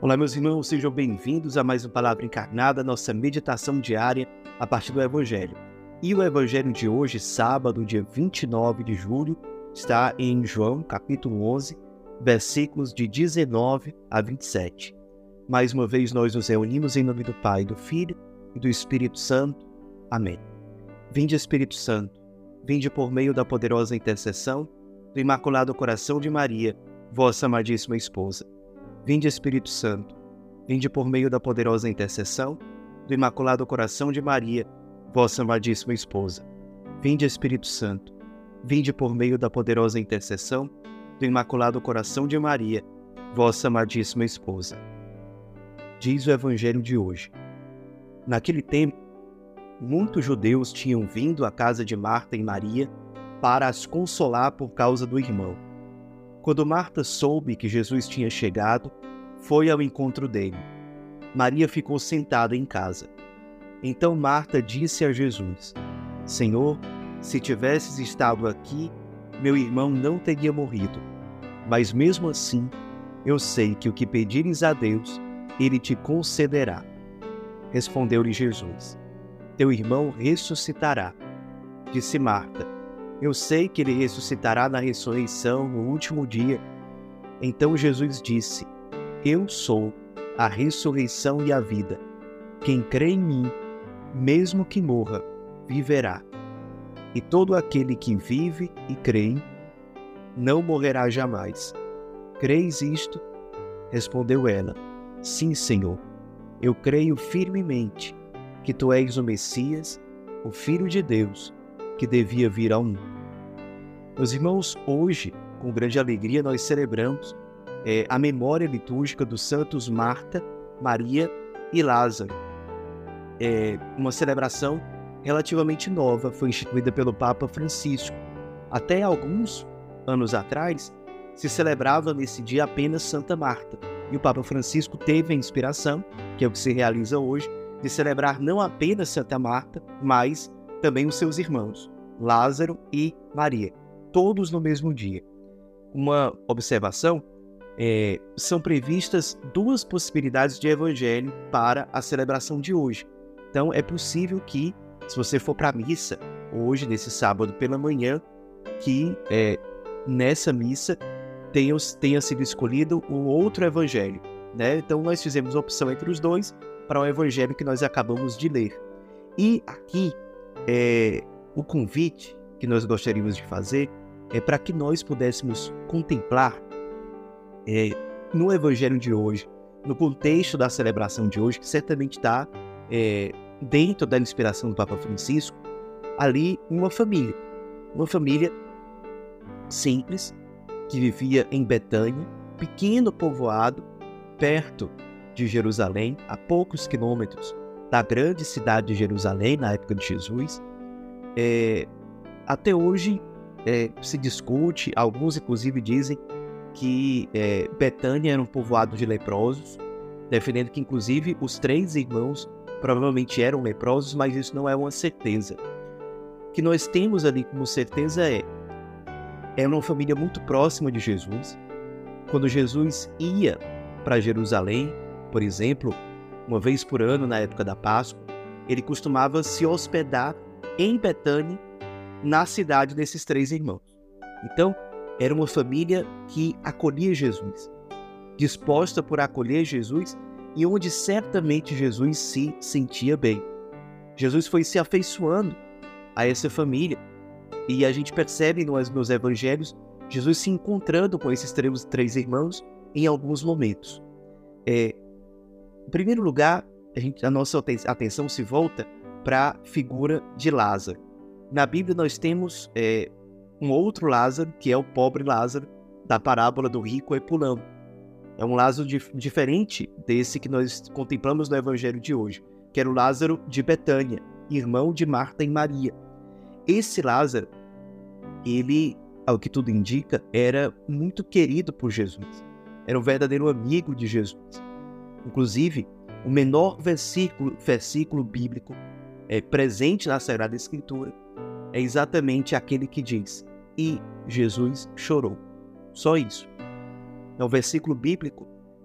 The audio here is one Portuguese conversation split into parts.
Olá, meus irmãos, sejam bem-vindos a mais uma Palavra Encarnada, nossa meditação diária a partir do Evangelho. E o Evangelho de hoje, sábado, dia 29 de julho, está em João, capítulo 11, versículos de 19 a 27. Mais uma vez nós nos reunimos em nome do Pai, do Filho e do Espírito Santo. Amém. Vinde, Espírito Santo, vinde por meio da poderosa intercessão do Imaculado Coração de Maria, vossa amadíssima esposa. Vinde, Espírito Santo, vinde por meio da poderosa intercessão do Imaculado Coração de Maria, vossa amadíssima esposa. Vinde, Espírito Santo, vinde por meio da poderosa intercessão do Imaculado Coração de Maria, vossa amadíssima esposa. Diz o Evangelho de hoje. Naquele tempo, muitos judeus tinham vindo à casa de Marta e Maria para as consolar por causa do irmão. Quando Marta soube que Jesus tinha chegado, foi ao encontro dele. Maria ficou sentada em casa. Então Marta disse a Jesus: Senhor, se tivesses estado aqui, meu irmão não teria morrido. Mas mesmo assim, eu sei que o que pedires a Deus, Ele te concederá. Respondeu-lhe Jesus: Teu irmão ressuscitará. Disse Marta: Eu sei que ele ressuscitará na ressurreição no último dia. Então Jesus disse: Eu sou a ressurreição e a vida. Quem crê em mim, mesmo que morra, viverá. E todo aquele que vive e crê, não morrerá jamais. Creis isto? Respondeu ela: Sim, Senhor. Eu creio firmemente que tu és o Messias, o Filho de Deus, que devia vir ao mundo. Meus irmãos, hoje, com grande alegria, nós celebramos a memória litúrgica dos santos Marta, Maria e Lázaro. Uma celebração relativamente nova, foi instituída pelo Papa Francisco. Até alguns anos atrás, se celebrava nesse dia apenas Santa Marta. E o Papa Francisco teve a inspiração, que é o que se realiza hoje, de celebrar não apenas Santa Marta, mas também os seus irmãos, Lázaro e Maria, todos no mesmo dia. Uma observação, são previstas duas possibilidades de evangelho para a celebração de hoje. Então é possível que, se você for para a missa, hoje, nesse sábado pela manhã, que nessa missa tenha sido escolhido um outro evangelho, né? Então nós fizemos a opção entre os dois para o evangelho que nós acabamos de ler. E aqui, o convite que nós gostaríamos de fazer é para que nós pudéssemos contemplar no Evangelho de hoje, no contexto da celebração de hoje, que certamente está dentro da inspiração do Papa Francisco, ali uma família simples, que vivia em Betânia, pequeno povoado, perto de Jerusalém, a poucos quilômetros da grande cidade de Jerusalém, na época de Jesus. Até hoje se discute, alguns inclusive dizem que Betânia era um povoado de leprosos, defendendo que inclusive os 3 irmãos provavelmente eram leprosos, mas isso não é uma certeza. O que nós temos ali como certeza é uma família muito próxima de Jesus. Quando Jesus ia para Jerusalém, por exemplo, uma vez por ano, na época da Páscoa, ele costumava se hospedar em Betânia, na cidade desses 3 irmãos. Então, era uma família que acolhia Jesus, disposta por acolher Jesus e onde certamente Jesus se sentia bem. Jesus foi se afeiçoando a essa família e a gente percebe nos evangelhos Jesus se encontrando com esses 3 irmãos em alguns momentos. Em primeiro lugar, a nossa atenção se volta para a figura de Lázaro. Na Bíblia nós temos um outro Lázaro, que é o pobre Lázaro, da parábola do rico Epulão. É um Lázaro diferente desse que nós contemplamos no Evangelho de hoje, que era o Lázaro de Betânia, irmão de Marta e Maria. Esse Lázaro, ele, ao que tudo indica, era muito querido por Jesus. Era um verdadeiro amigo de Jesus. Inclusive, o menor versículo bíblico presente na Sagrada Escritura é exatamente aquele que diz: E Jesus chorou. Só isso. É um versículo bíblico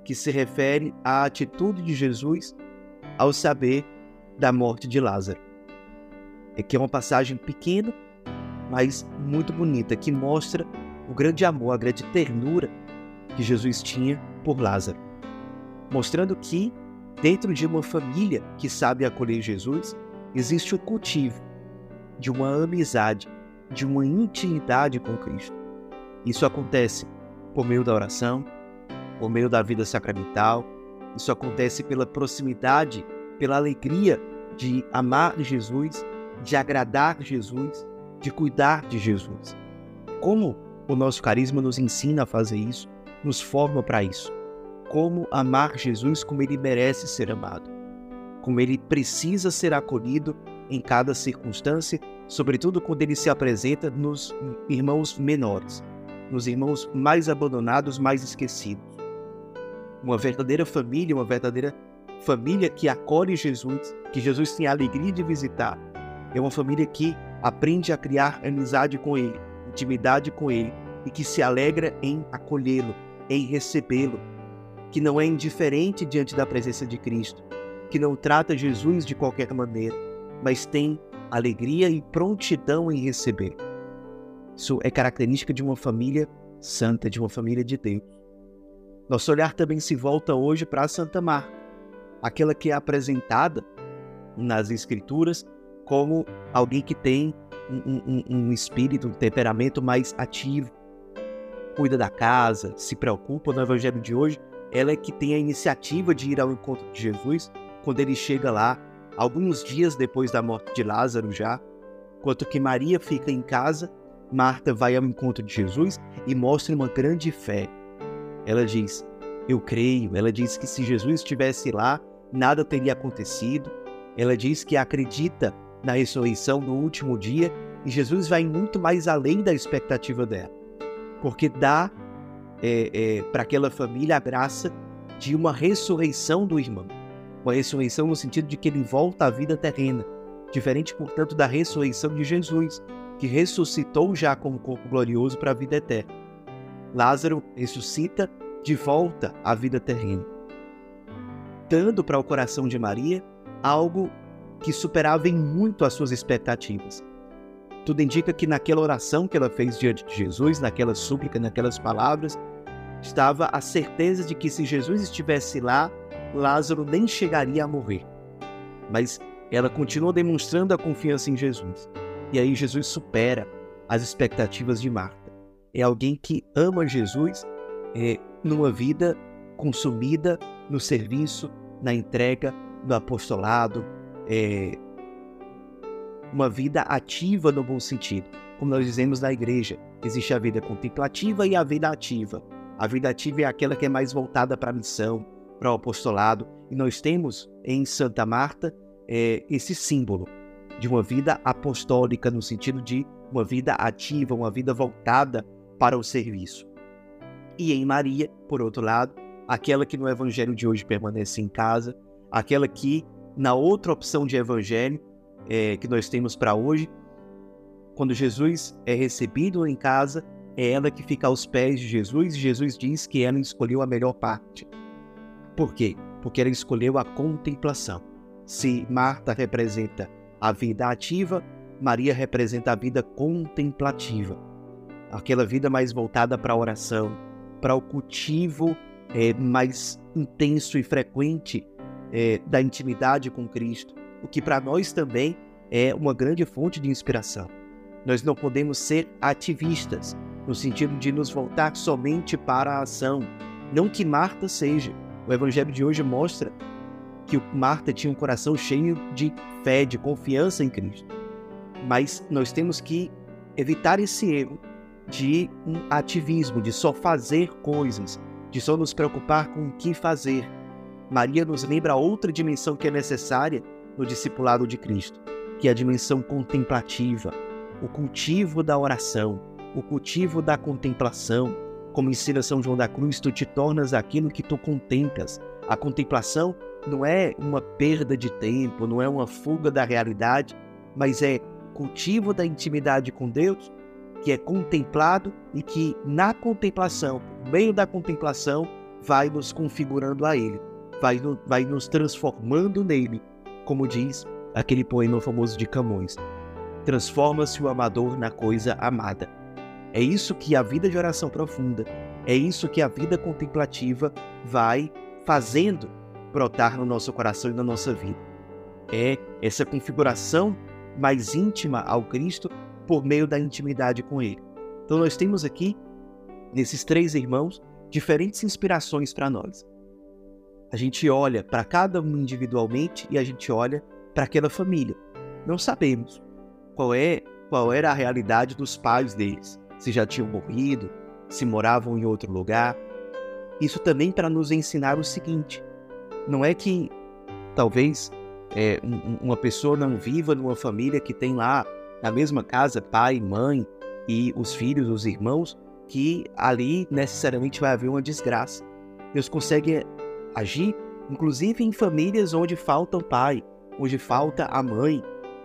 que se refere à atitude de Jesus ao saber da morte de Lázaro. Aqui é uma passagem pequena, mas muito bonita, que mostra o grande amor, a grande ternura que Jesus tinha por Lázaro. Mostrando que, dentro de uma família que sabe acolher Jesus, existe o cultivo de uma amizade, de uma intimidade com Cristo. Isso acontece por meio da oração, por meio da vida sacramental. Isso acontece pela proximidade, pela alegria de amar Jesus, de agradar Jesus, de cuidar de Jesus. Como o nosso carisma nos ensina a fazer isso, nos forma para isso. Como amar Jesus como ele merece ser amado, como ele precisa ser acolhido em cada circunstância, sobretudo quando ele se apresenta nos irmãos menores, nos irmãos mais abandonados, mais esquecidos. Uma verdadeira família que acolhe Jesus, que Jesus tem a alegria de visitar, é uma família que aprende a criar amizade com ele, intimidade com ele, e que se alegra em acolhê-lo, em recebê-lo, que não é indiferente diante da presença de Cristo, que não trata Jesus de qualquer maneira, mas tem alegria e prontidão em receber. Isso é característica de uma família santa, de uma família de Deus. Nosso olhar também se volta hoje para Santa Marta, aquela que é apresentada nas Escrituras como alguém que tem um espírito, um temperamento mais ativo, cuida da casa, se preocupa. No Evangelho de hoje, ela é que tem a iniciativa de ir ao encontro de Jesus quando ele chega lá, alguns dias depois da morte de Lázaro já. Enquanto que Maria fica em casa, Marta vai ao encontro de Jesus e mostra uma grande fé. Ela diz, eu creio. Ela diz que se Jesus estivesse lá, nada teria acontecido. Ela diz que acredita na ressurreição no último dia, e Jesus vai muito mais além da expectativa dela, porque dá para aquela família a graça de uma ressurreição do irmão. Uma ressurreição no sentido de que ele volta à vida terrena, diferente, portanto, da ressurreição de Jesus, que ressuscitou já com um corpo glorioso para a vida eterna. Lázaro ressuscita de volta à vida terrena, dando para o coração de Maria algo que superava em muito as suas expectativas. Tudo indica que naquela oração que ela fez diante de Jesus, naquela súplica, naquelas palavras, estava a certeza de que se Jesus estivesse lá, Lázaro nem chegaria a morrer. Mas ela continua demonstrando a confiança em Jesus. E aí Jesus supera as expectativas de Marta. É alguém que ama Jesus numa vida consumida no serviço, na entrega, no apostolado, uma vida ativa no bom sentido. Como nós dizemos na igreja, existe a vida contemplativa e a vida ativa. A vida ativa é aquela que é mais voltada para a missão, para o apostolado. E nós temos em Santa Marta esse símbolo de uma vida apostólica, no sentido de uma vida ativa, uma vida voltada para o serviço. E em Maria, por outro lado, aquela que no Evangelho de hoje permanece em casa, aquela que na outra opção de Evangelho que nós temos para hoje, quando Jesus é recebido em casa, é ela que fica aos pés de Jesus, e Jesus diz que ela escolheu a melhor parte. Por quê? Porque ela escolheu a contemplação. Se Marta representa a vida ativa, Maria representa a vida contemplativa. Aquela vida mais voltada para a oração, para o cultivo mais intenso e frequente da intimidade com Cristo, o que para nós também é uma grande fonte de inspiração. Nós não podemos ser ativistas, no sentido de nos voltar somente para a ação. Não que Marta seja. O Evangelho de hoje mostra que Marta tinha um coração cheio de fé, de confiança em Cristo. Mas nós temos que evitar esse erro de um ativismo, de só fazer coisas, de só nos preocupar com o que fazer. Maria nos lembra outra dimensão que é necessária no discipulado de Cristo, que é a dimensão contemplativa, o cultivo da oração, o cultivo da contemplação. Como ensina São João da Cruz, tu te tornas aquilo que tu contemplas. A contemplação não é uma perda de tempo, não é uma fuga da realidade, mas é cultivo da intimidade com Deus, que é contemplado e que na contemplação, por meio da contemplação, vai nos configurando a Ele, vai nos transformando nele, como diz aquele poema famoso de Camões. Transforma-se o amador na coisa amada. É isso que a vida de oração profunda, é isso que a vida contemplativa vai fazendo brotar no nosso coração e na nossa vida. É essa configuração mais íntima ao Cristo por meio da intimidade com Ele. Então nós temos aqui, nesses 3 irmãos, diferentes inspirações para nós. A gente olha para cada um individualmente e a gente olha para aquela família. Não sabemos qual era a realidade dos pais deles, se já tinham morrido, se moravam em outro lugar. Isso também para nos ensinar o seguinte: não é que talvez uma pessoa não viva numa família que tem lá na mesma casa pai, mãe e os filhos, os irmãos, que ali necessariamente vai haver uma desgraça. Deus consegue agir, inclusive em famílias onde falta o pai, onde falta a mãe,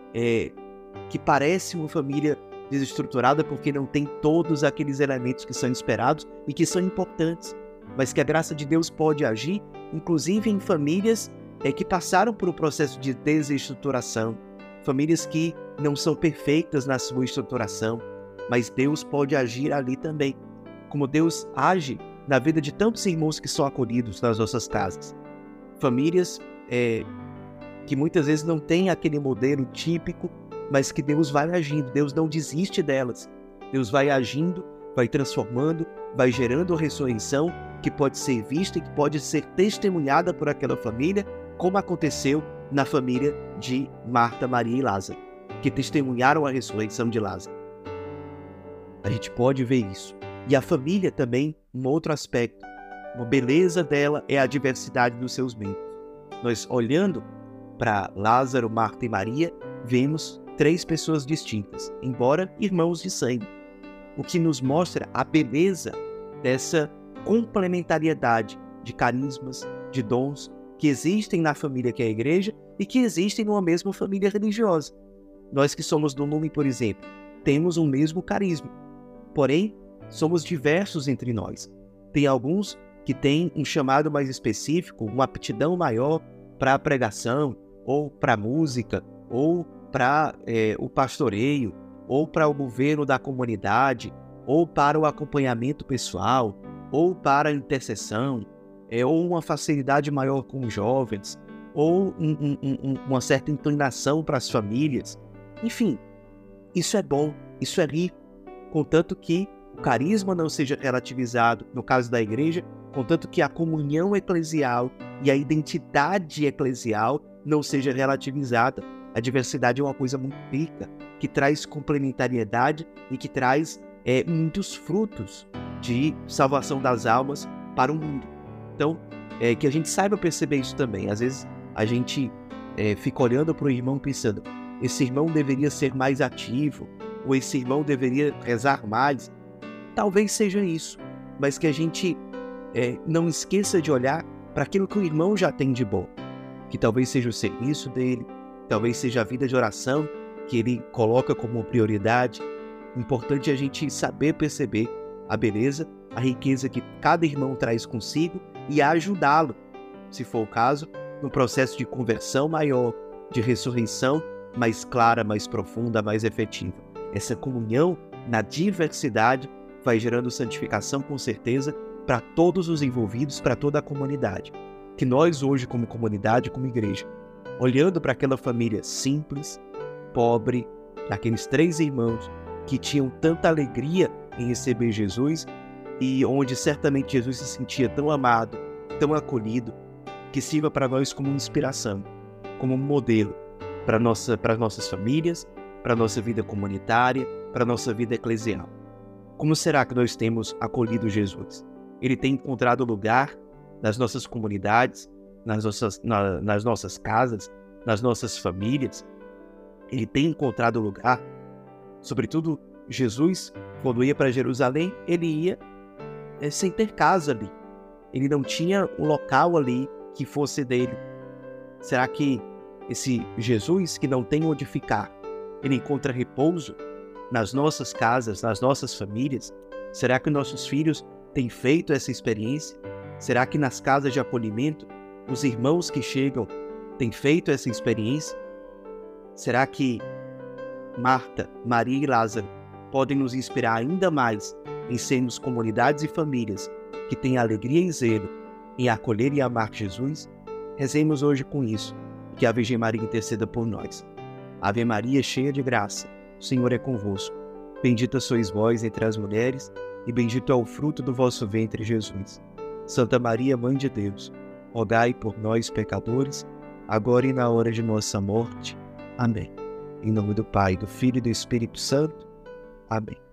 que parece uma família desestruturada porque não tem todos aqueles elementos que são esperados e que são importantes, mas que a graça de Deus pode agir, inclusive em famílias que passaram por um processo de desestruturação, famílias que não são perfeitas na sua estruturação, mas Deus pode agir ali também, como Deus age na vida de tantos irmãos que são acolhidos nas nossas casas. Famílias que muitas vezes não têm aquele modelo típico, mas que Deus vai agindo, Deus não desiste delas. Deus vai agindo, vai transformando, vai gerando a ressurreição que pode ser vista e que pode ser testemunhada por aquela família, como aconteceu na família de Marta, Maria e Lázaro, que testemunharam a ressurreição de Lázaro. A gente pode ver isso. E a família também, um outro aspecto, uma beleza dela é a diversidade dos seus membros. Nós, olhando para Lázaro, Marta e Maria, vemos 3 pessoas distintas, embora irmãos de sangue, o que nos mostra a beleza dessa complementariedade de carismas, de dons que existem na família que é a igreja e que existem numa mesma família religiosa. Nós que somos do Lume, por exemplo, temos um mesmo carisma, porém somos diversos entre nós. Tem alguns que têm um chamado mais específico, uma aptidão maior para a pregação, ou para a música, ou para o pastoreio, ou para o governo da comunidade, ou para o acompanhamento pessoal, ou para a intercessão, ou uma facilidade maior com os jovens, ou uma certa inclinação para as famílias. Enfim, isso é bom, isso é rico, contanto que o carisma não seja relativizado, no caso da igreja, contanto que a comunhão eclesial e a identidade eclesial não seja relativizada. A diversidade é uma coisa muito rica, que traz complementariedade e que traz muitos frutos de salvação das almas para o mundo. Então, que a gente saiba perceber isso também. Às vezes a gente fica olhando para o irmão pensando, esse irmão deveria ser mais ativo, ou esse irmão deveria rezar mais. Talvez seja isso, mas que a gente não esqueça de olhar para aquilo que o irmão já tem de bom, que talvez seja o serviço dele, talvez seja a vida de oração que ele coloca como prioridade. Importante a gente saber perceber a beleza, a riqueza que cada irmão traz consigo e ajudá-lo, se for o caso, no processo de conversão maior, de ressurreição mais clara, mais profunda, mais efetiva. Essa comunhão na diversidade vai gerando santificação com certeza para todos os envolvidos, para toda a comunidade. Que nós hoje, como comunidade, como igreja, olhando para aquela família simples, pobre, aqueles 3 irmãos que tinham tanta alegria em receber Jesus e onde certamente Jesus se sentia tão amado, tão acolhido, que sirva para nós como inspiração, como um modelo para as nossas famílias, para a nossa vida comunitária, para a nossa vida eclesial. Como será que nós temos acolhido Jesus? Ele tem encontrado lugar nas nossas comunidades, nas nossas casas, nas nossas famílias? Ele tem encontrado lugar? Sobretudo, Jesus, quando ia para Jerusalém, ele ia sem ter casa ali. Ele não tinha um local ali que fosse dele. Será que esse Jesus que não tem onde ficar, ele encontra repouso nas nossas casas, nas nossas famílias? Será que nossos filhos têm feito essa experiência? Será que nas casas de acolhimento, os irmãos que chegam têm feito essa experiência? Será que Marta, Maria e Lázaro podem nos inspirar ainda mais em sermos comunidades e famílias que têm alegria e zelo em acolher e amar Jesus? Rezemos hoje com isso, que a Virgem Maria interceda por nós. Ave Maria, cheia de graça, o Senhor é convosco. Bendita sois vós entre as mulheres, e bendito é o fruto do vosso ventre, Jesus. Santa Maria, Mãe de Deus, rogai por nós, pecadores, agora e na hora de nossa morte. Amém. Em nome do Pai, do Filho e do Espírito Santo. Amém.